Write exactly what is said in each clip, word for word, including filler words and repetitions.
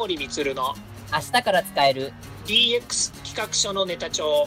森充の明日から使えるディーエックス 企画書のネタ帳。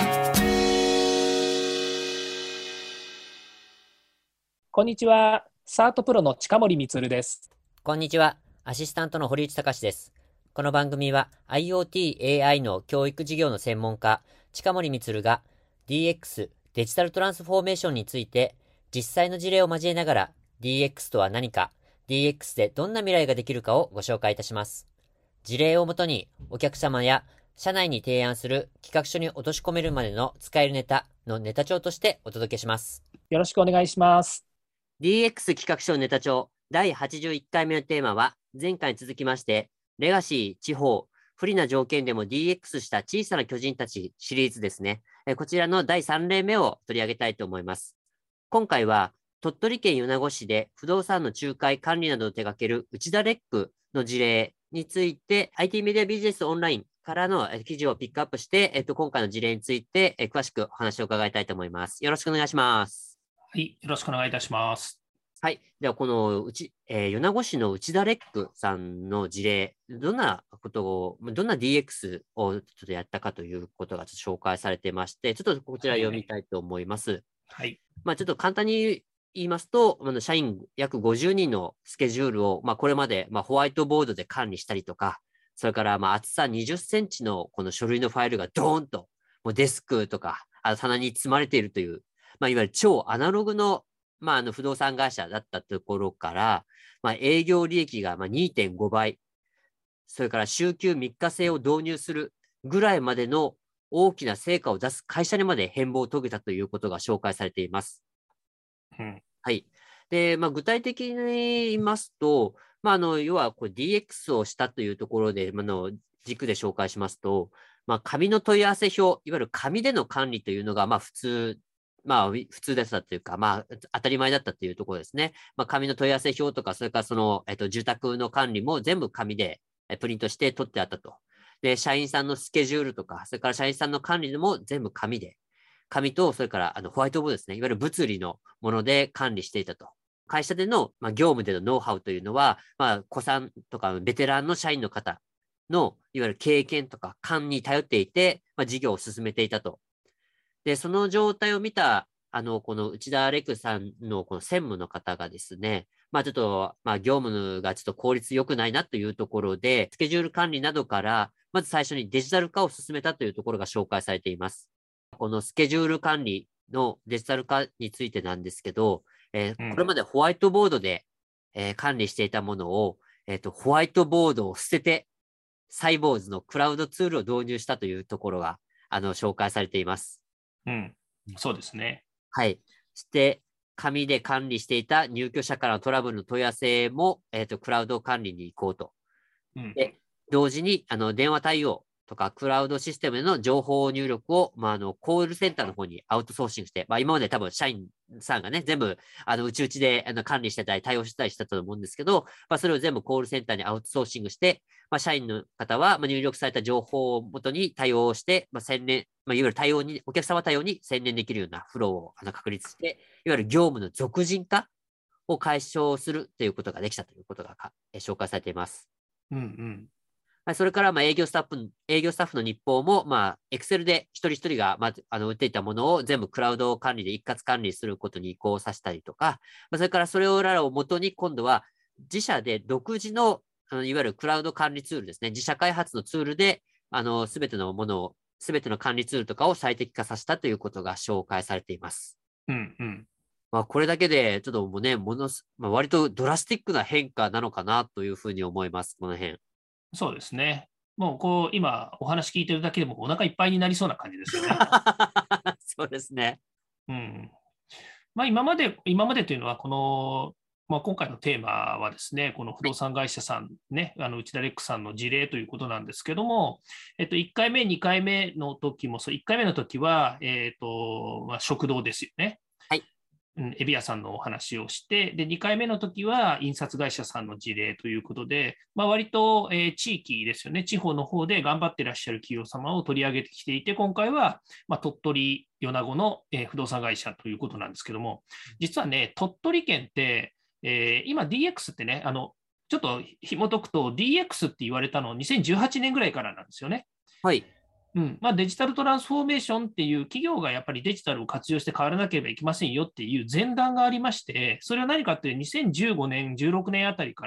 こんにちは、サートプロの近森充です。 こんにちは、アシスタントの堀内隆です。この番組は IoT、エーアイ の教育事業の専門家、近森充が ディーエックス、デジタルトランスフォーメーションについて実際の事例を交えながら ディーエックス とは何か、ディーエックス でどんな未来ができるかをご紹介いたします。事例をもとにお客様や社内に提案する企画書に落とし込めるまでの使えるネタのネタ帳としてお届けします。 よろしくお願いします。 ディーエックス 企画書ネタ帳だいはちじゅういっかいめのテーマは、前回に続きましてレガシー、地方、不利な条件でも ディーエックス した小さな巨人たちシリーズですね。こちらのだいさん例目を取り上げたいと思います。今回は鳥取県米子市で不動産の仲介管理などを手掛ける内田レックの事例について アイティー メディアビジネスオンラインからの記事をピックアップして、えっと、今回の事例について詳しくお話を伺いたいと思います。よろしくお願いします。 はい、よろしくお願いいたします。 はい。では、このうち、えー、米子市の内田レックさんの事例、どんなことを、どんな ディーエックス をちょっとやったかということが紹介されてまして、ちょっとこちら読みたいと思います。 はい。 まあ、ちょっと簡単に言いますと、あの社員約ごじゅうにんのスケジュールを、まあ、これまで、まあ、ホワイトボードで管理したりとか、それから、まあ、厚さにじゅっセンチのこの書類のファイルがドーンと、もうデスクとか、あの棚に積まれているという、まあ、いわゆる超アナログのまあ、あの不動産会社だったところから、まあ、営業利益がまあ にてんごばい、それから週休みっか制を導入するぐらいまでの大きな成果を出す会社にまで変貌を遂げたということが紹介されています。 うん、 はい。で、まあ、具体的に言いますと、まあ、あの要はこれ ディーエックス をしたというところで、あの軸で紹介しますと、まあ、紙の問い合わせ表、いわゆる紙での管理というのがまあ普通、まあ、普通だったというか、まあ、当たり前だったというところですね。まあ、紙の問い合わせ表とか、それからその、えっと、住宅の管理も全部紙でプリントして取ってあったと。で、社員さんのスケジュールとか、それから社員さんの管理も全部紙で。紙と、それからあのホワイトボードですね。いわゆる物理のもので管理していたと。会社での、まあ、業務でのノウハウというのは、まあ、古参とかベテランの社員の方の、いわゆる経験とか勘に頼っていて、まあ、事業を進めていたと。で、その状態を見た、あの、この内田レクさんのこの専務の方がですね、まあちょっと、まあ業務がちょっと効率良くないなというところで、スケジュール管理などから、まず最初にデジタル化を進めたというところが紹介されています。このスケジュール管理のデジタル化についてなんですけど、えー、これまでホワイトボードで、えー、管理していたものを、えっと、ホワイトボードを捨てて、サイボーズのクラウドツールを導入したというところが、あの、紹介されています。 うん、そうですね。 はい。そして、紙で管理していた入居者からのトラブルの問い合わせも、えっと、クラウド管理に行こうと。 うん、 で、同時に、あの、電話対応とか、クラウドシステムへの情報入力を、まあ、あの、コールセンターの方にアウトソーシングして、まあ、今まで多分社員さんがね、全部、あの、うちうちであの管理してたり、対応してたりしたと思うんですけど、まあ、それを全部コールセンターにアウトソーシングして、まあ、社員の方は、まあ、入力された情報をもとに対応して、まあ、専念、まあ、いわゆる対応に、お客様対応に専念できるようなフローをあの確立して、いわゆる業務の俗人化を解消するということができたということがか紹介されています。 うんうん。 それから、まあ、営業スタッフ、営業スタッフの日報も、まあ、エクセルで一人一人が、まず、あの、売っていたものを全部クラウド管理で一括管理することに移行させたりとか、まあ、それからそれをらをもとに、今度は自社で独自の、あのいわゆるクラウド管理ツールですね。自社開発のツールで、あの、すべてのものを、すべての管理ツールとかを最適化させたということが紹介されています。 うんうん。 まあ、これだけで、ちょっともうね、ものす、まあ、割とドラスティックな変化なのかなというふうに思います、この辺。 そうですね。もうこう今お話聞いてるだけでもお腹いっぱいになりそうな感じですよね。 そうですね。 うん。まあ今まで、今までというのはこの、まあ、今回のテーマはですね、この不動産会社さんね、あの内田レックさんの事例ということなんですけども、えっと、いっかいめ、にかいめの時も、そういっかいめの時は、えっと、まあ、食堂ですよね。 はい。 うん、エビ屋さんのお話をして、で、にかいめの時は印刷会社さんの事例ということで、まあ、割と、えー地域ですよね、地方の方で頑張ってらっしゃる企業様を取り上げてきていて、今回は、まあ、鳥取、米子の、えー不動産会社ということなんですけども、実はね、鳥取県って、えー今 ディーエックス ってね、あのちょっと紐解くと ディーエックス って言われたのにせんじゅうはちねんぐらいからなんですよね。 はい。 うんまあ、デジタルトランスフォーメーションっていう企業がやっぱりデジタルを活用して変わらなければいけませんよっていう前段がありまして、それは何かっていうとにせんじゅうごねん、じゅうろくねんあたりから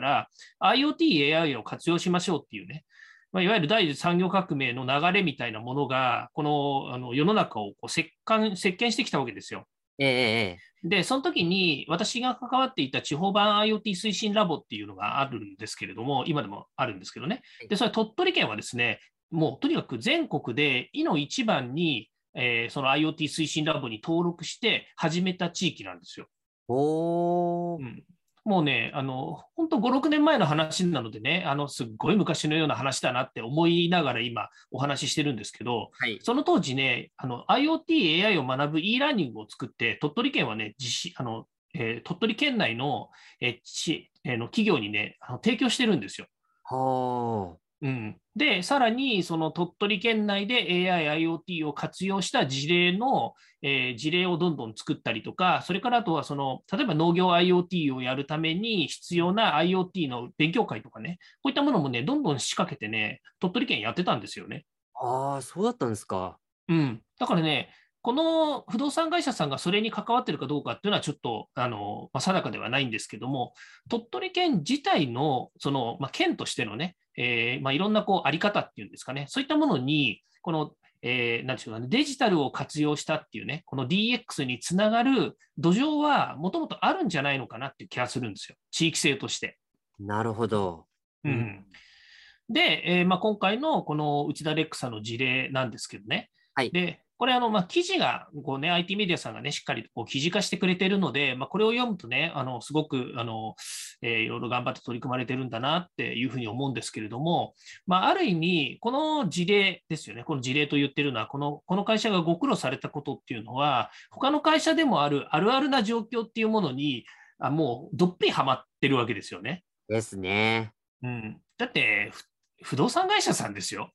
IoT、エーアイ を活用しましょうっていうね、まあ、いわゆる第一次産業革命の流れみたいなものが、このあの世の中をこう席巻席巻してきたわけですよ。 ええ、ええ。 で、その時に私が関わっていた地方版 IoT 推進ラボっていうのがあるんですけれども、今でもあるんですけどね。で、それは鳥取県はですね、もうとにかく全国でいの一番に、えーその IoT 推進ラボに登録して始めた地域なんですよ。 おー。 うん、もうね、あの、本当ご、ろくねんまえの話なのでね、あの、すっごい昔のような話だなって思いながら今お話ししてるんですけど、 はい。 その当時ね、あの、IoT、エーアイ を学ぶ e ラーニングを作って、鳥取県はね、実施、あの、えー鳥取県内の、えーちえーの企業にね、あの提供してるんですよ。 はあ。 うん、で、さらにその鳥取県内で エーアイ、IoT を活用した事例の、えー事例をどんどん作ったりとか、それからあとはその、例えば農業 IoT をやるために必要な IoT の勉強会とかね、こういったものもね、どんどん仕掛けてね、鳥取県やってたんですよね。 ああ、そうだったんですか。 うん、だからね、この不動産会社さんがそれに関わっているかどうかっていうのはちょっとあの、まあ、定かではないんですけども、鳥取県自体のその、まあ、県としてのね、えーまあ、いろんなこうあり方っていうんですかね、そういったものに、この、えー、なんでしょうかね、デジタルを活用したっていうね、この ディーエックス につながる土壌はもともとあるんじゃないのかなっていう気がするんですよ、地域性として。 なるほど。うん。 うん、で、えーまあ、今回のこの内田レックさんの事例なんですけどね。 はい。 で、これあの、まあ、記事がこう、ね、アイティー メディアさんが、ね、しっかりとこう記事化してくれているので、まあ、これを読むとね、あのすごくあの、えーいろいろ頑張って取り組まれてるんだなっていうふうに思うんですけれども、まあ、ある意味、この事例ですよね、この事例と言ってるのはこの、この会社がご苦労されたことっていうのは、他の会社でもあるあるあるな状況っていうものに、あもうどっぷりはまってるわけですよね。 ですね。 うん、だって不動産会社さんですよ。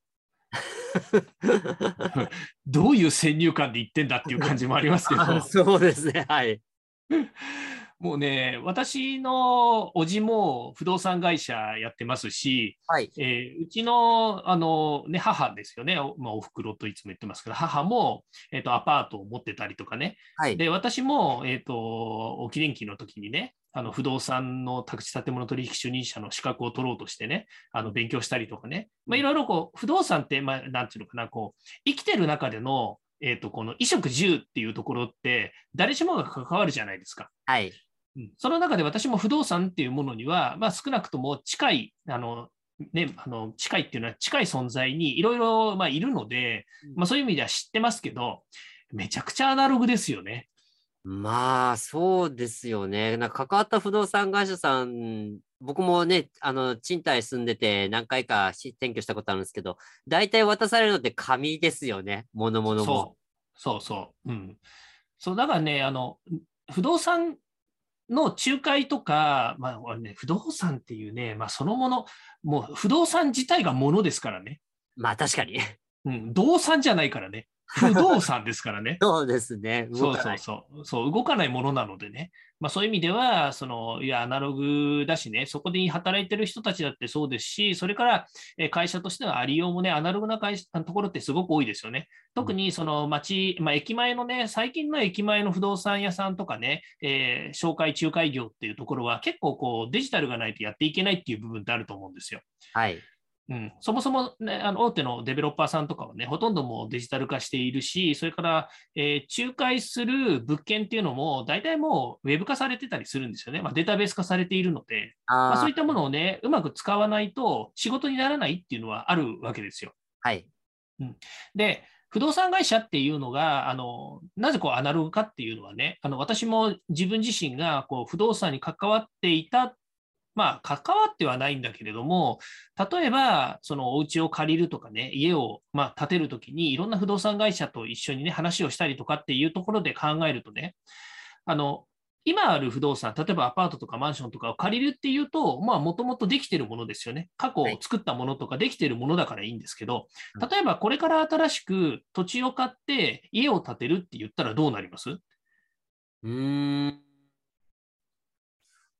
どういう先入観で言ってんだっていう感じもありますけあ、 ど、 そうですね。はい。 もうね、私の叔父も不動産会社やってますし、 はい。 えーうちの、あの、ね、母ですよね、おまあ、おふくろといつも言ってますけど、母も、えーと、アパートを持ってたりとかね、 はい。 で、私も、えーと、沖電機の時にね、あの不動産の宅地建物取引主任者の資格を取ろうとしてね、あの勉強したりとかね、まあ、いろいろこう不動産って、まあ、なんていうのかな、こう生きてる中での、えーと、この衣食住っていうところって、誰しもが関わるじゃないですか。 はい。 うん、その中で私も不動産っていうものには、まあ、少なくとも近い、あのね、あの近いっていうのは近い存在にいろいろいるので、まあ、そういう意味では知ってますけど、めちゃくちゃアナログですよね。 まあ、そうですよね。なんか関わった不動産会社さん、僕もね、あの、賃貸住んでて何回かし転居したことあるんですけど、大体渡されるのって紙ですよね。物々も。 そう、そうそう。うん。そう、だからね、あの、不動産の仲介とか、まあね、不動産っていうね、まあ、そのもの、もう不動産自体がものですからね。 まあ、確かに。 うん、動産じゃないからね。不動産ですからね。 そうですね。動そうかない。 そうそう、そう動かないものなのでね、まあ、そういう意味では、そのいや、アナログだしね、そこで働いてる人たちだってそうですし、それからえ会社としてのありようもね、アナログな会社ところってすごく多いですよね。 うん。 特にその町、まあ、駅前のね、最近の駅前の不動産屋さんとかね、えー紹介仲介業っていうところは、結構こうデジタルがないとやっていけないっていう部分ってあると思うんですよ。 はい。 うん、そもそも、ね、あの大手のデベロッパーさんとかはね、ほとんどもうデジタル化しているし、それから、えー仲介する物件っていうのも、大体もうウェブ化されてたりするんですよね。まあ、データベース化されているので、まあ、そういったああ、 ものをね、うまく使わないと仕事にならないっていうのはあるわけですよ。 はい。 うん、で、不動産会社っていうのが、あのなぜこうアナログかっていうのはね、あの私も自分自身がこう不動産に関わっていた、まあ、関わってはないんだけれども、例えば、そのお家を借りるとかね、家を、まあ、建てるときに、いろんな不動産会社と一緒にね、話をしたりとかっていうところで考えるとね、あの、今ある不動産、例えばアパートとかマンションとかを借りるっていうと、まあ、もともとできてるものですよね。過去はい。 作ったものとかできてるものだからいいんですけど、 うん。 例えばこれから新しく土地を買って家を建てるって言ったらどうなります？ うーん。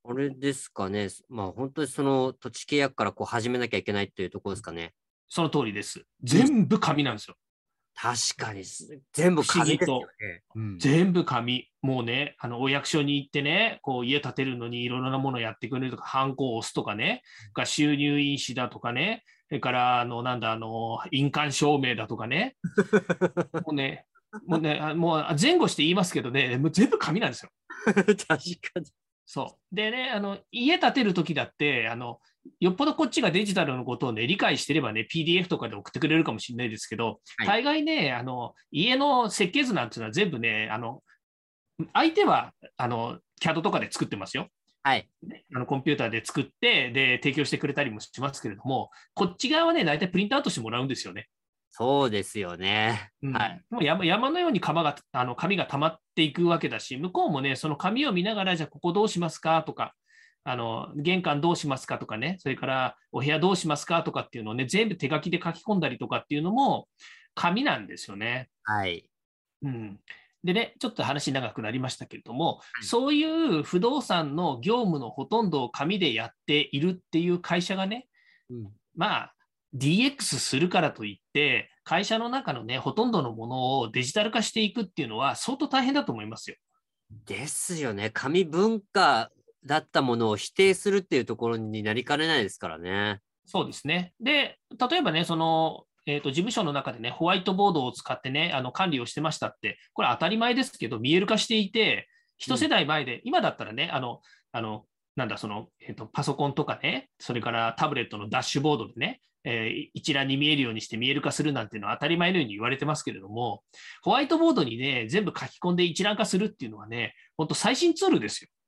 あれですかね。まあ本当にその土地契約からこう始めなきゃいけないというところですかね。 その通りです。 です。 全部紙なんですよ。 確かにす、全部不思紙ですよ議と。 ね。うん。 全部紙。もうね、あのお役所に行ってね、こう家建てるのにいろいろなものやってくれるとか、ハンコを押すとかね、が収入印紙だとかね、それからあのなんだあの印鑑証明だとかね、もうね、もうね、あもう前後して言いますけどね、もう全部紙なんですよ。 確かに。 そう。でね、あの家建てるときだって、あのよっぽどこっちがデジタルのことを、ね、理解してればね、ピーディーエフ とかで送ってくれるかもしれないですけど、 はい。 大概ね、あの家の設計図なんていうのは全部ね、あの相手はあの キャド とかで作ってますよ。 はい。 あのコンピューターで作ってで提供してくれたりもしますけれども、こっち側はね、大体プリントアウトしてもらうんですよね。 そうですよね。 うん、 はい。 もう山山のように紙があの紙が溜まっていくわけだし、向こうもね、その紙を見ながら、じゃあここどうしますかとか、あの玄関どうしますかとかね、それからお部屋どうしますかとかっていうのをね、全部手書きで書き込んだりとかっていうのも紙なんですよね。 はい。 うん、でね、ちょっと話長くなりましたけれども、 はい。 そういう不動産の業務のほとんどを紙でやっているっていう会社がね、 うん。 まあ、ディーエックス するからといって、会社の中のね、ほとんどのものをデジタル化していくっていうのは相当大変だと思いますよ。 ですよね。紙文化だったものを否定するっていうところになりかねないですからね。 そうですね。で、例えばね、その、えーと、事務所の中でね、ホワイトボードを使ってね、あの管理をしてましたって、これ当たり前ですけど、見える化していて、一世うん。 代前で、今だったらね、あの、あのなんだ、その、えーと、パソコンとかね、それからタブレットのダッシュボードでね、えー一覧に見えるようにして見える化するなんていうのは当たり前のように言われてますけれども、ホワイトボードにね、全部書き込んで一覧化するっていうのはね、本当最新ツールですよ。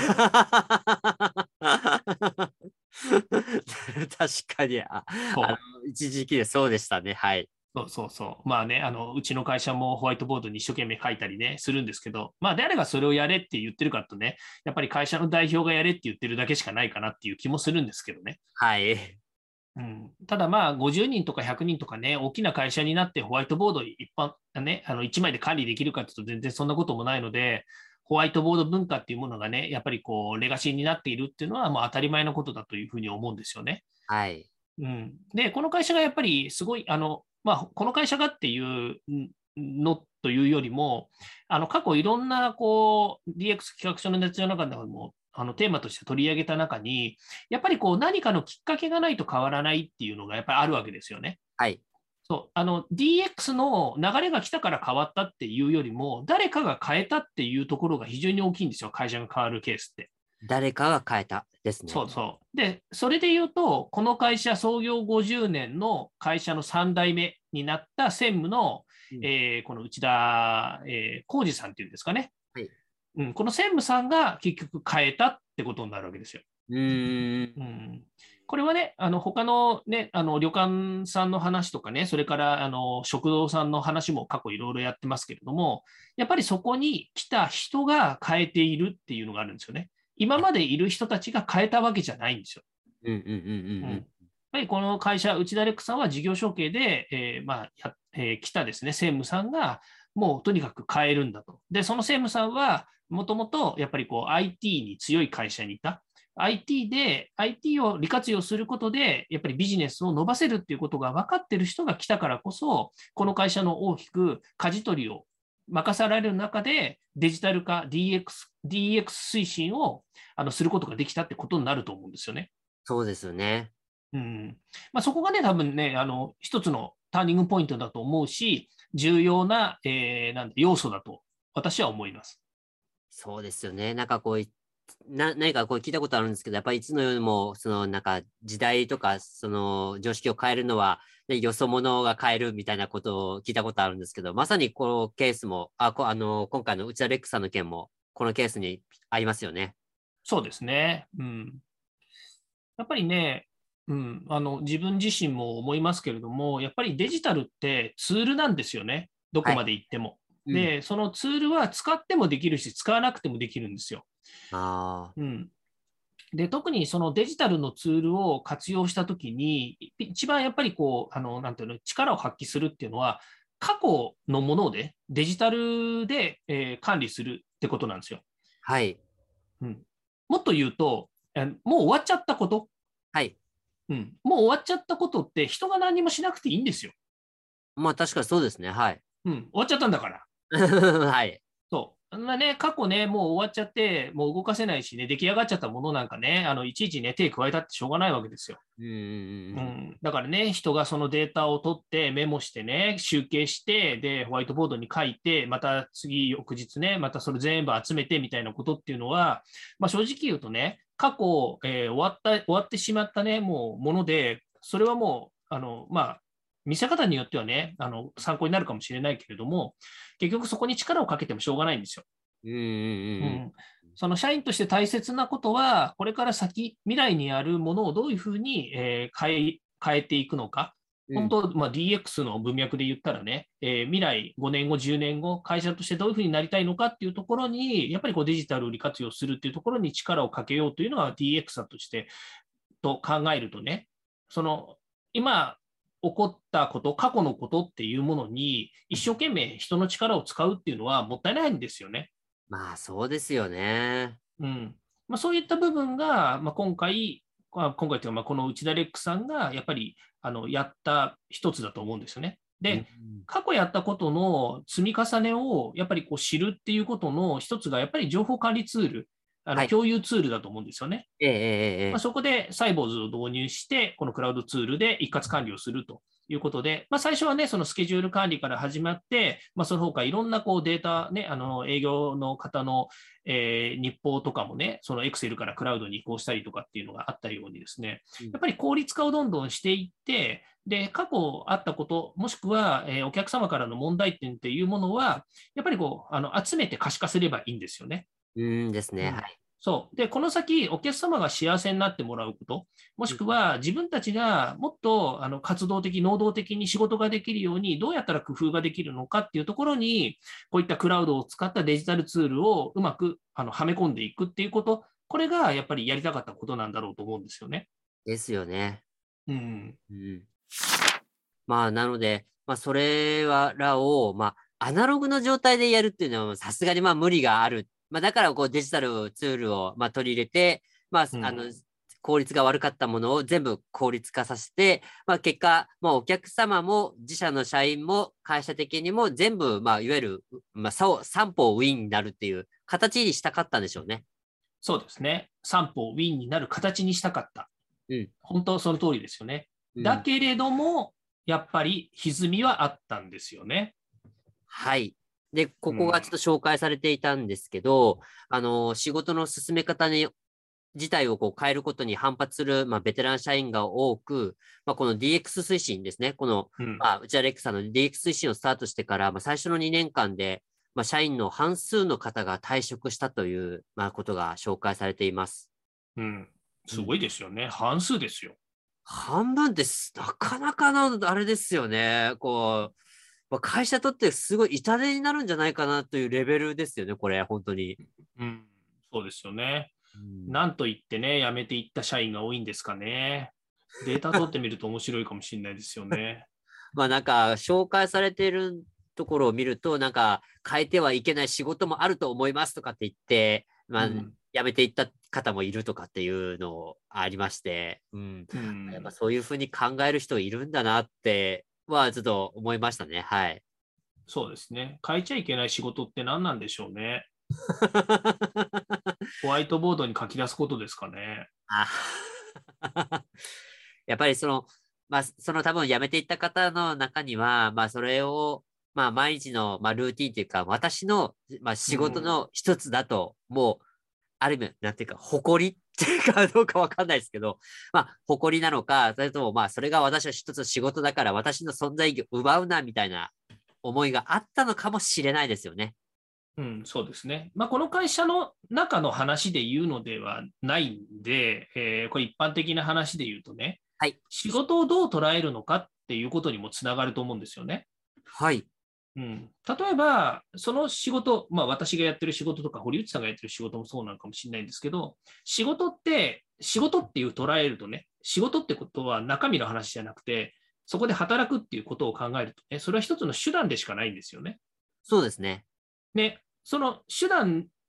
確かに、あ、あの、 そう一時期でそうでしたね。はい。 そうそうそう。まあね、あの、うちの会社もホワイトボードに一生懸命書いたりね、するんですけど、まあ誰がそれをやれって言ってるかとね、やっぱり会社の代表がやれって言ってるだけしかないかなっていう気もするんですけどね。 はい。 うん、ただまあごじゅうにんとかひゃくにんとかね、大きな会社になってホワイトボード一般、ね、あのいちまいで管理できるかというと全然そんなこともないので、ホワイトボード文化っていうものがね、やっぱりこうレガシーになっているっていうのはもう当たり前のことだというふうに思うんですよね。 はい。 うん、で、この会社がやっぱりすごい、あの、まあ、この会社がっていうのというよりも、あの過去いろんなこう ディーエックス 企画書の熱の中でもあのテーマとして取り上げた中に、やっぱりこう何かのきっかけがないと変わらないっていうのがやっぱりあるわけですよね。 はい。 そうあの ディーエックス の流れが来たから変わったっていうよりも、誰かが変えたっていうところが非常に大きいんですよ、会社が変わるケースって。 誰かが変えたですね。 そうそう。で、それで言うと、この会社創業ごじゅうねんの会社のさん代目になった専務の、 うん。 えーこの内田、えー、浩二さんっていうんですかね。 はい。 うん、この専務さんが結局変えたってことになるわけですよ。 うーん。 うん、これはね、あの他のね、あの旅館さんの話とかね、それからあの食堂さんの話も過去いろいろやってますけれども、やっぱりそこに来た人が変えているっていうのがあるんですよね。今までいる人たちが変えたわけじゃないんですよ。 うんうんうんうんうん。 うん、やっぱりこの会社、内田レックさんは事業承継で、えーまあやえー来たですね、専務さんが、もうとにかく変えるんだと。で、その専務さんは、もともとやっぱりこう アイティー に強い会社にいた。アイティー で、アイティー を利活用することで、やっぱりビジネスを伸ばせるっていうことが分かっている人が来たからこそ、この会社の大きく舵取りを任される中で、デジタル化、ディーエックス、ディーエックス 推進をあのすることができたってことになると思うんですよね。 そうですよね。 うんまあ、そこがね、多分ね、あの一つのターニングポイントだと思うし、重要な、えーなん要素だと私は思います。 そうですよね。なんかこうい、な、何かこう聞いたことあるんですけど、やっぱりいつのよりも、そのなんか時代とか、その常識を変えるのは、ね、よそ者が変えるみたいなことを聞いたことあるんですけど、まさにこのケースも、あ、こ、あの、今回の内田レックさんの件も、このケースにありますよね。 そうですね。うん、やっぱりね、うん、あの自分自身も思いますけれども、やっぱりデジタルってツールなんですよね。どこはい。 まで行っても。 うん。 で、そのツールは使ってもできるし、使わなくてもできるんですよ。 ああ、 うん、で、特にそのデジタルのツールを活用したときに、一番やっぱりこう、あの、なんていうの、力を発揮するっていうのは、過去のものでデジタルで、えー管理するってことなんですよ。 はい。 うん。 もっと言うと、えもう終わっちゃったこと、 はい。 うん、もう終わっちゃったことって人が何もしなくていいんですよ。 まあ確かにそうですね。はい。 うん、終わっちゃったんだから。 はい。 そう。あんなね、過去ね、もう終わっちゃって、もう動かせないしね、出来上がっちゃったものなんかね、あのいちいちね、手加えたってしょうがないわけですよ。 うんうんうん。 うん、だからね、人がそのデータを取ってメモしてね、集計して、で、ホワイトボードに書いて、また次、翌日ね、またそれ全部集めてみたいなことっていうのは、まあ、正直言うとね、過去、えー終わった、終わってしまったね、もうもので、それはもう、あの、まあ、見せ方によってはね、あの参考になるかもしれないけれども、結局そこに力をかけてもしょうがないんですよ。 うんうんうんうん。 うん、その社員として大切なことは、これから先、未来にあるものをどういうふうに、えー変え変えていくのか。 うん。 本当、まあ、ディーエックス の文脈で言ったらね、えー未来ごねんご、じゅうねんご、会社としてどういうふうになりたいのかっていうところに、やっぱりこうデジタルを利活用するっていうところに力をかけようというのが ディーエックス だとしてと考えるとね、その今起こったこと、過去のことっていうものに一生懸命人の力を使うっていうのはもったいないんですよね。 まあそうですよね。 うんまあ、そういった部分が、まあ、今回、今回というか、まあ、この内田レックさんがやっぱりあのやった一つだと思うんですよね。 うん。 で、過去やったことの積み重ねをやっぱりこう知るっていうことの一つが、やっぱり情報管理ツール、あのはい。 共有ツールだと思うんですよね。 えええええまあ、 え。 そこでサイボーズを導入して、このクラウドツールで一括管理をするということで、まあ、最初はね、そのスケジュール管理から始まって、まあ、その他いろんなこうデータ、ね、あの営業の方の、えー日報とかもね、その Excel からクラウドに移行したりとかっていうのがあったようにですね、 うん。 やっぱり効率化をどんどんしていって、で過去あったこと、もしくは、えーお客様からの問題点っていうものは、やっぱりこうあの集めて可視化すればいいんですよね。 うんですね。はうんい。 そう。で、この先、お客様が幸せになってもらうこと、もしうん。 くは自分たちがもっとあの活動的、能動的に仕事ができるように、どうやったら工夫ができるのかっていうところに、こういったクラウドを使ったデジタルツールをうまくあのはめ込んでいくっていうこと、これがやっぱりやりたかったことなんだろうと思うんですよね。 ですよね。 うん。 うん。まあなので、まあそれはらを、まあアナログの状態でやるっていうのはさすがにまあ無理がある。まあだからこうデジタルツールをまあ取り入れて、まああの、 うん。 効率が悪かったものを全部効率化させて、まあ、結果、まあ、お客様も自社の社員も会社的にも全部、まあ、いわゆる、まあ、さ三方ウィンになるっていう形にしたかったんでしょうね。 そうですね。三方ウィンになる形にしたかった。 うん。 本当その通りですよね。 うん。 だけれども、やっぱり歪みはあったんですよね。 はい。で、ここがちょっうん。 と紹介されていたんですけど、あの、仕事の進め方に自体をこう変えることに反発する、まあ、ベテラン社員が多く、まあ、この ディーエックス 推進ですね。この、 うん。 まあ、内田レックさんの ディーエックス 推進をスタートしてから、まあ、最初のにねんかんで、まあ、社員の半数の方が退職したという、まあ、ことが紹介されています。 うん。 うん。 すごいですよね。半数ですよ。 半分です。なかなかの、あれですよね。こう、まあ、会社にとってすごい痛手になるんじゃないかなというレベルですよね、これ、本当に。 うん。そうですよね。 うん。 なんと言ってね、辞めていった社員が多いんですかね。データ取ってみると面白いかもしれないですよね。 まあなんか、紹介されているところを見ると、なんか、変えてはいけない仕事もあると思いますとかって言って、まあ、 うん。 辞めていった方もいるとかっていうのありまして、うん。 うやっぱん。 そういうふうに考える人いるんだなっては、ちょっと思いましたね。はい。 そうですね。変えちゃいけない仕事って何なんでしょうね。ホワイトボードに書き出すことですかね。 あやっぱりその、まあ、その多分辞めていった方の中には、まあ、それを、まあ、毎日の、まあ、ルーティンというか、私の、まあ、仕事うん。 の一つだと、もう、ある意味、なんていうか、誇りっていうかどうかわかんないですけど、まあ、誇りなのか、それとも、まあ、それが私は一つの仕事だから、私の存在意義を奪うな、みたいな思いがあったのかもしれないですよね。 うん、そうですね。まあ、この会社の中の話で言うのではないんで、えーこれ一般的な話で言うとね、 はい。 仕事をどう捉えるのかっていうことにもつながると思うんですよね。 はい。 うん、例えば、その仕事、まあ、私がやってる仕事とか、堀内さんがやってる仕事もそうなのかもしれないんですけど、仕事って、仕事っていう捉えるとね、仕事ってことは中身の話じゃなくて、そこで働くっていうことを考えるとね、それは一つの手段でしかないんですよね。 そうですね。 で、その手段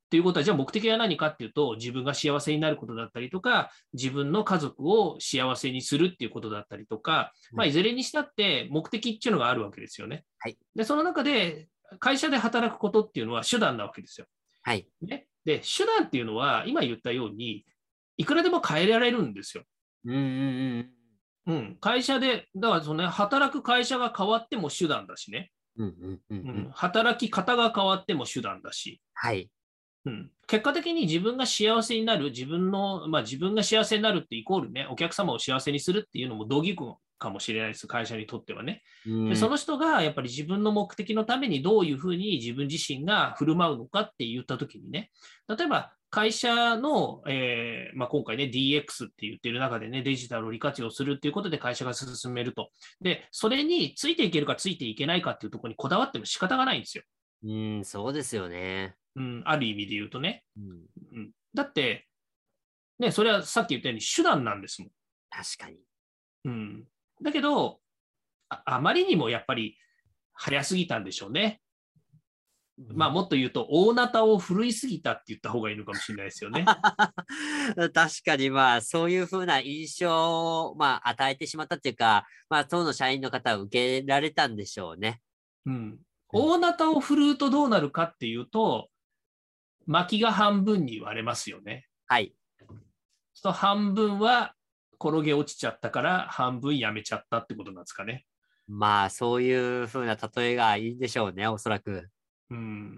っていうことは、じゃあ目的は何かっていうと、自分が幸せになることだったりとか、自分の家族を幸せにするっていうことだったりとか、まあ、いずれにしたって目的っていうのがあるわけですよね。 はい。 で、その中で、会社で働くことっていうのは手段なわけですよ。 はい。 ね、で、手段っていうのは、今言ったように、いくらでも変えられるんですよ。 うんうんうん。 うん、会社で、だからその、ね、働く会社が変わっても手段だしね、 うんうんうんううん。 ん、働き方が変わっても手段だし、 はい。 うん、結果的に自分が幸せになる、自分の、まあ、自分が幸せになるってイコールね、お客様を幸せにするっていうのも同義語かもしれないです、会社にとってはね。で、そうん。 の人がやっぱり自分の目的のためにどういうふうに自分自身が振る舞うのかって言ったときにね、例えば会社の、えーまあ、今回ね、ディーエックス って言ってる中でね、デジタルを利活用するっていうことで会社が進めると。で、それについていけるかついていけないかっていうところにこだわっても仕方がないんですよ。 うん、そうですよね。 うん、ある意味で言うとね。 うん、 うん、だって、ね、それはさっき言ったように手段なんですもん。 確かに。 うん、だけどあ、あまりにもやっぱり早すぎたんでしょうね。まあ、もっと言うと、大なたを振るいすぎたって言った方がいいのかもしれないですよね。 確かに、まあ、そういうふうな印象を、まあ、与えてしまったっていうか、まあ、当の社員の方は受けられたんでしょうね。 うん、 うん、 大なたを振るうとどうなるかっていうと、薪が半分に割れますよね。 はい。 その半分は転げ落ちちゃったから、半分やめちゃったってことなんですかね。 まあ、そういうふうな例えがいいんでしょうね、おそらく。 うん、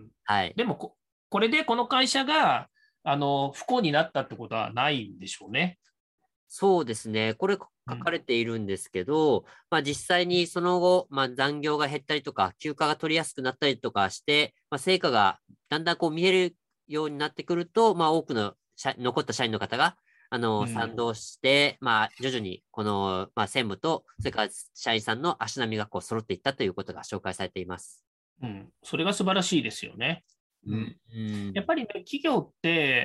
はい。 でもこ、これでこの会社があの不幸になったってことはないんでしょうね。 そうですね。これ書うん、 かれているんですけど、まあ実際にその後、まあ残業が減ったりとか、休暇が取りやすくなったりとかして、まあ成果がだんだんこう見えるようになってくると、まあ多くの社残った社員の方が、あの、賛うん、 同して、まあ徐々にこの、まあ専務と、それから社員さんの足並みがこう揃っていったということが紹介されています。 うん、それが素晴らしいですよね。 うん。 うん、 うん。 やっぱりね、企業って、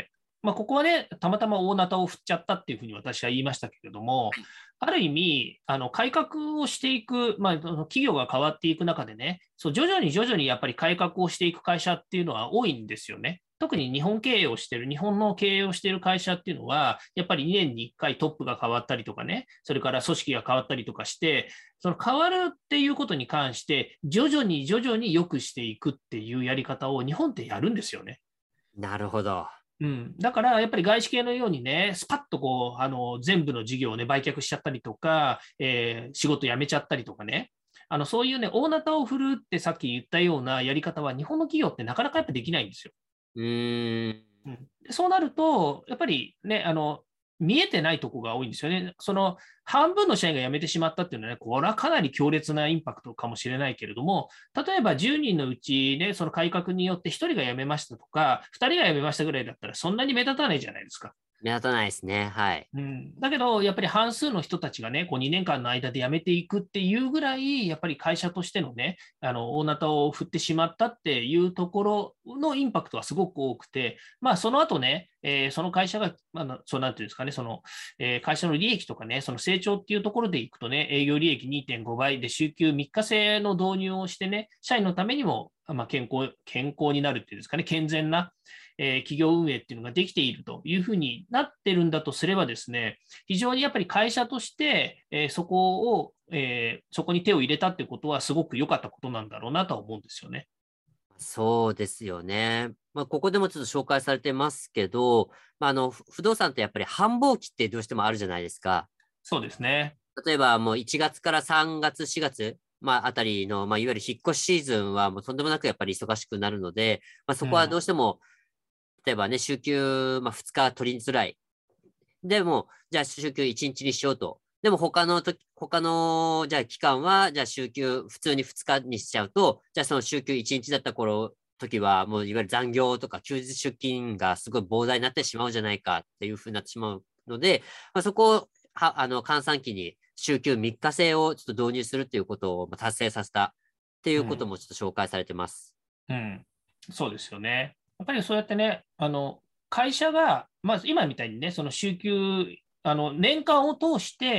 まあ、ここはね、たまたま大なたを振っちゃったっていうふうに私は言いましたけれども、ある意味、あの改革をしていく、まあ、企業が変わっていく中でね、そう徐々に徐々にやっぱり改革をしていく会社っていうのは多いんですよね。特に日本経営をしている、日本の経営をしている会社っていうのは、やっぱりにねんにいっかいトップが変わったりとかね、それから組織が変わったりとかして、その変わるっていうことに関して、徐々に徐々に良くしていくっていうやり方を日本ってやるんですよね。 なるほど。 うん、だから、やっぱり外資系のようにね、スパッとこうあの全部の事業を、ね、売却しちゃったりとか、えー仕事辞めちゃったりとかね、あのそういうね、大なたを振るってさっき言ったようなやり方は、日本の企業ってなかなかやっぱできないんですよ。 うーん。 うん、そうなると、やっぱりね、あの見えてないところが多いんですよね。その半分の社員が辞めてしまったっていうのはね、これはかなり強烈なインパクトかもしれないけれども、例えばじゅうにんのうちね、その改革によってひとりが辞めましたとか、ふたりが辞めましたぐらいだったら、そんなに目立たないじゃないですか。 目立たないですね。はい。 うん、だけど、やっぱり半数の人たちがね、こうにねんかんの間で辞めていくっていうぐらい、やっぱり会社としてのね、あの大なたを振ってしまったっていうところのインパクトはすごく多くて、まあ、その後ね、えーその会社が、まあ、そうなんていうんですかね、その、えー会社の利益とかね、その成長っていうところでいくとね、営業利益にてんごばいで、週休みっか制の導入をしてね、社員のためにも、まあ、健康、健康になるっていうんですかね、健全な、えー企業運営っていうのができているというふうになってるんだとすればですね、非常にやっぱり会社として、えーそこを、えーそこに手を入れたってことはすごく良かったことなんだろうなとは思うんですよね。 そうですよね。まあ、ここでもちょっと紹介されてますけど、まあ、あの、ふ不動産ってやっぱり繁忙期ってどうしてもあるじゃないですか。 そうですね。 例えばもういちがつからさんがつ、しがつ、まあ、あたりの、まあ、いわゆる引っ越しシーズンはもうとんでもなくやっぱり忙しくなるので、まあ、そこはうん。 どうしても、例えばね、週休、まあ、ふつか取りづらい。でも、じゃあ週休いちにちにしようと。でも他の時、他の、じゃあ期間は、じゃあ週休、普通にふつかにしちゃうと、じゃあその週休いちにちだった頃、時は、もういわゆる残業とか休日出勤がすごい膨大になってしまうじゃないかっていうふうになってしまうので、まあ、そこを、は、あの、換算期に週休みっか制をちょっと導入するっていうことをまあ達成させたっていうことうん。 もちょっと紹介されてます。 うん。そうですよね。やっぱりそうやってね、あの、会社が、まず今みたいにね、その週休、あの、年間を通して、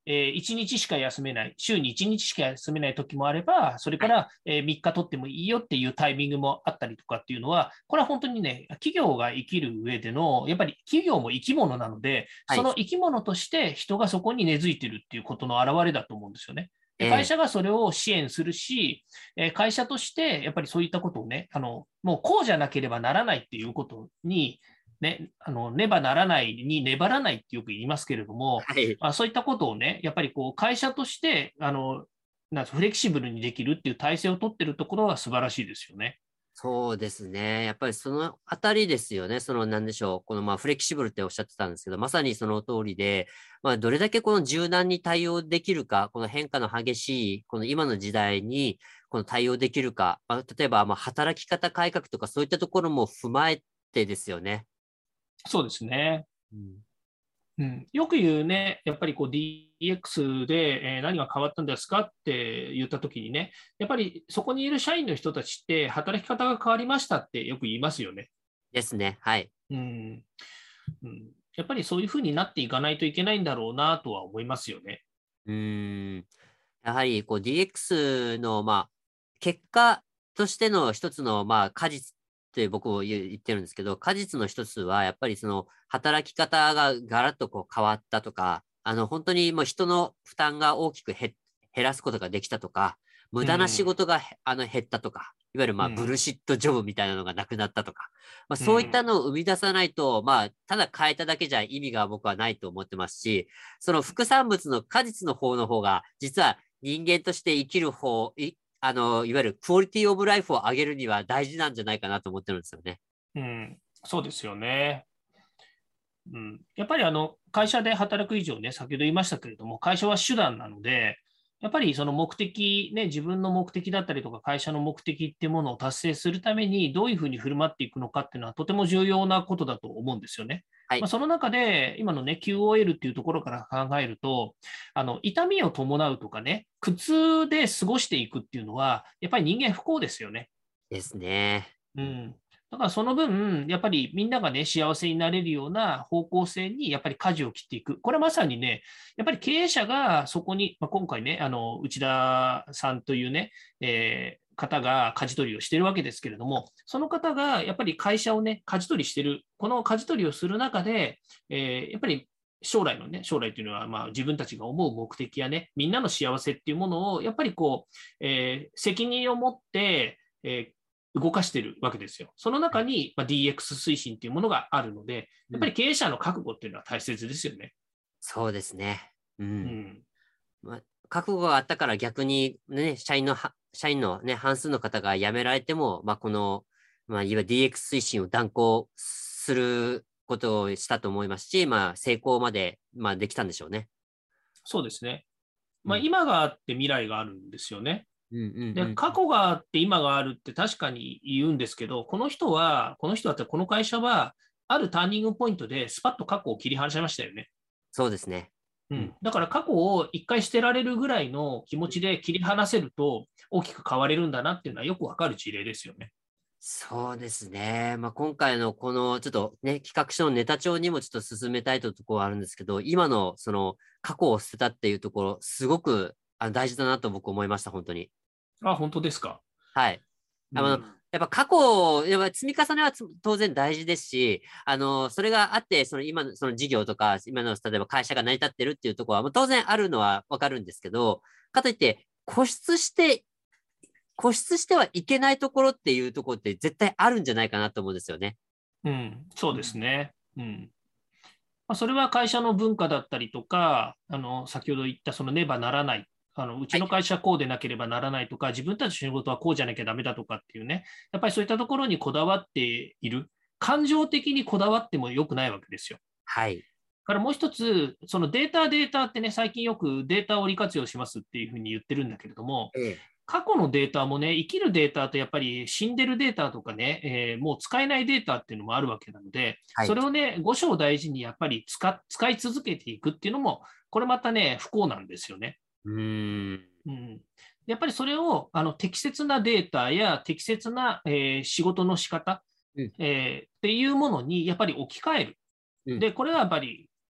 えー、いちにちしか休めない、週にいちにちしか休めない時もあれば、それから、えー、みっか取ってもいいよっていうタイミングもあったりとかっていうのは、これは本当にね、企業が生きる上での、やっぱり企業も生き物なので、 はい。 その生き物として人がそこに根付いてるっていうことの表れだと思うんですよね。で会ええ社がそれを支援するし、え会社としてやっぱりそういったことをね、あのもうこうじゃなければならないっていうことに、ね、あのねばならないに粘らないってよく言いますけれども、 はい。 あそういったことをね、やっぱりこう会社としてあのなんフレキシブルにできるっていう体制を取ってるところは素晴らしいですよね。 そうですね。やっぱりそのあたりですよね。その、なんでしょう。この、まあ、フレキシブルっておっしゃってたんですけど、まさにその通りで、まあ、どれだけこの柔軟に対応できるか、この変化の激しい、この今の時代に、この対応できるか、まあ、例えば、まあ、働き方改革とかそういったところも踏まえてですよね。 そうですね。 うん、 うん、よく言うね、やっぱりこう ディーエックス で、えー何が変わったんですかって言ったときにね、やっぱりそこにいる社員の人たちって働き方が変わりましたってよく言いますよね。 ですね。はい。 うん、うん、やっぱりそういうふうになっていかないといけないんだろうなとは思いますよね。 うーん。やはり、こう、ディーエックス の、まあ、結果としての一つの、まあ、果実って僕も言う言ってるんですけど、果実の一つは、やっぱりその、働き方がガラッとこう変わったとか、あの、本当にもう人の負担が大きく減減らすことができたとか、無駄な仕うん、 事がへあの減ったとか、いわゆるまあ、ブルうん、 シットジョブみたいなのがなくなったとか、まあ、そういったうん、 のを生み出さないと、まあ、ただ変えただけじゃ意味が僕はないと思ってますし、その副産物の果実の方の方が、実は人間として生きる方、い、あの、いわゆるクオリティオブライフを上げるには大事なんじゃないかなと思ってるんですよね。 うん、そうですよね。うん、やっぱりあの会社で働く以上ね、先ほど言いましたけれども、会社は手段なので、やっぱりその目的、ね、自分の目的だったりとか、会社の目的っていうものを達成するために、どういうふうに振る舞っていくのかっていうのは、とても重要なことだと思うんですよね。まあ、 はい。 その中で、今のね、キューオーエル っていうところから考えると、あの痛みを伴うとかね、苦痛で過ごしていくっていうのは、やっぱり人間不幸ですよね。 ですね。 うん。だからその分、やっぱりみんながね、幸せになれるような方向性にやっぱり舵を切っていく。これはまさにね、やっぱり経営者がそこに、まあ、今回ね、あの内田さんというね、えー方が舵取りをしているわけですけれども、その方がやっぱり会社をね、舵取りしている、この舵取りをする中で、えーやっぱり将来のね、将来というのは、まあ、自分たちが思う目的やね、みんなの幸せっていうものを、やっぱりこう、えー責任を持って、えー動かしてるわけですよ。その中に、まあ、ディーエックス 推進というものがあるので、 うん。 やっぱり経営者の覚悟っていうのは大切ですよね。 そうですね。うん。 うん。 まあ、覚悟があったから逆にね、社員のは、社員のね、半数の方が辞められても、まあ、この、まあ、いわゆる ディーエックス 推進を断行することをしたと思いますし、まあ、成功まで、まあ、できたんでしょうね。 そうですね。まあ、 うん。 今があって未来があるんですよね。 うんうんで、 うんうん。 過去があって今があるって確かに言うんですけど、この人は、この人だったらこの会社は、あるターニングポイントでスパッと過去を切り離しましたよね。 そうですね。うん。 うん、だから過去を一回捨てられるぐらいの気持ちで切り離せると大きく変われるんだなっていうのはよくわかる事例ですよね。 そうですね。まあ、今回のこのちょっとね、企画書のネタ帳にもちょっと進めたいところはあるんですけど、今のその過去を捨てたっていうところ、すごくあ大事だなと僕思いました、本当に。 あ、本当ですか。 はい。あの、 うん。 やっぱ過去、やっぱ積み重ねはつ当然大事ですし、あの、それがあって、その今のその事業とか、今の例えば会社が成り立ってるっていうところは、もう当然あるのはわかるんですけど、かといって、固執して固執してはいけないところっていうところって絶対あるんじゃないかなと思うんですよね。 うん、そうですうん。 ね。うん。まあ、それは会社の文化だったりとか、あの、先ほど言ったそのねばならない、あの、うはい。 ちの会社はこうでなければならないとか、自分たちの仕事はこうじゃなきゃダメだとかっていうね、やっぱりそういったところにこだわっている。感情的にこだわっても良くないわけですよ。 はい。 からもう一つ、そのデータ、データってね、最近よくデータを利活用しますっていうふうに言ってるんだけれども、 ええ。 過去のデータもね、生きるデータとやっぱり死んでるデータとかね、えーもう使えないデータっていうのもあるわけなので、 はい。 それをね、五章大事にやっぱり使使い続けていくっていうのも、これまたね、不幸なんですよね。 うーん。 うん、やっぱりそれをあの適切なデータや適切な、えー仕事の仕方、 うん。 えーっていうものにやっぱり置き換える。 うん。 で、これはやっぱり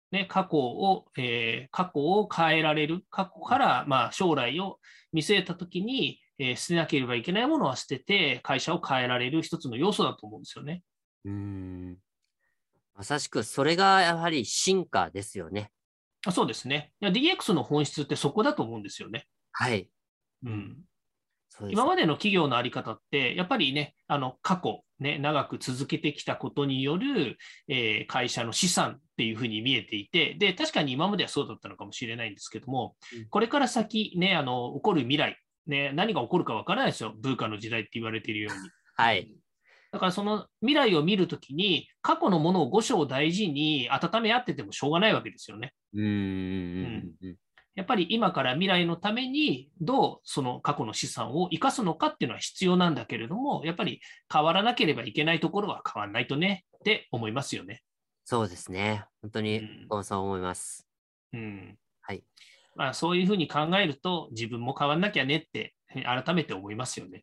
ね、過去を、えー、過去を変えられる、過去からまあ将来を見据えたときに、えー、捨てなければいけないものは捨てて、会社を変えられる一つの要素だと思うんですよね。 うーん。まさしく、それがやはり進化ですよね。 あ、そうですね。いや ディーエックス の本質ってそこだと思うんですよね。 はい。 うん。 そうです。 今までの企業のあり方って、やっぱりね、あの過去、ね、長く続けてきたことによる、えー会社の資産っていうふうに見えていて、で、確かに今まではそうだったのかもしれないんですけども、 うん、 これから先、ね、あの起こる未来、ね、何が起こるかわからないですよ、ブーカの時代って言われているように。 はい。 だからその未来を見るときに、過去のものを五章大事に温め合っててもしょうがないわけですよね。 うーん。 うん、 うん。 やっぱり今から未来のためにどうその過去の資産を生かすのかっていうのは必要なんだけれども、やっぱり変わらなければいけないところは変わらないとねって思いますよね。 そうですね。本当に、 うん、 僕そう思います。 うん、 はい。 まあ、そういうふうに考えると自分も変わらなきゃねって改めて思いますよね。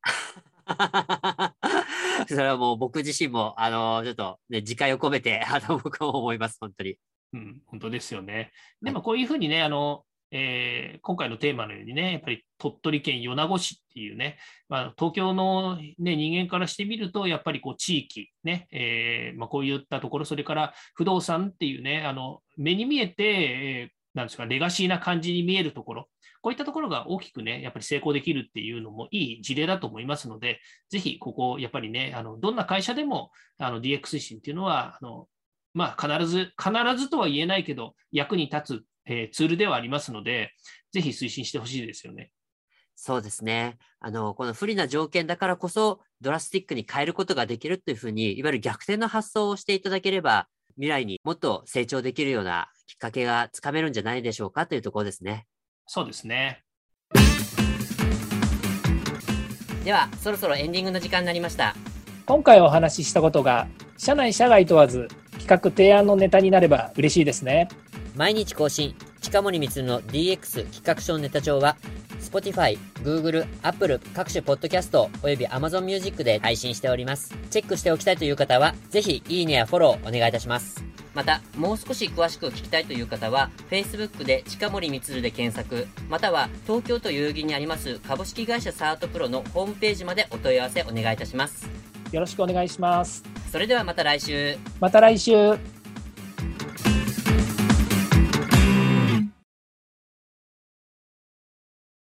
それはもう僕自身も、あの、ちょっとね、自戒を込めて、あの、僕も思います、本当に。 うん、本当ですよね。 はい。 でもこういうふうにね、あの、えー今回のテーマのようにね、やっぱり鳥取県米子市っていうね、まあ、東京の、ね、人間からしてみると、やっぱりこう地域、ね、えーまあ、こういったところ、それから不動産っていうね、あの目に見えて、えーなんですか、レガシーな感じに見えるところ、こういったところが大きくね、やっぱり成功できるっていうのもいい事例だと思いますので、ぜひここ、やっぱりね、あのどんな会社でもあの ディーエックス 推進っていうのは、あのまあ、必ず、必ずとは言えないけど、役に立つ、えーツールではありますので、ぜひ推進してほしいですよね。 そうですね。あの、この不利な条件だからこそ、ドラスティックに変えることができるというふうに、いわゆる逆転の発想をしていただければ、未来にもっと成長できるようなきっかけがつかめるんじゃないでしょうかというところですね。 そうですね。 では、そろそろエンディングの時間になりました。 今回お話ししたことが社内社外問わず企画提案のネタになれば嬉しいですね。 毎日更新、近森光の ディーエックス 企画書ネタ帳は、Spotify、Google、Apple 各種ポッドキャストおよび Amazon Music で配信しております。チェックしておきたいという方は、ぜひいいねやフォローお願いいたします。また、もう少し詳しく聞きたいという方は、Facebook で近森光で検索、または東京都代々木にあります株式会社サートプロのホームページまでお問い合わせお願いいたします。 よろしくお願いします。 それではまた来週。 また来週。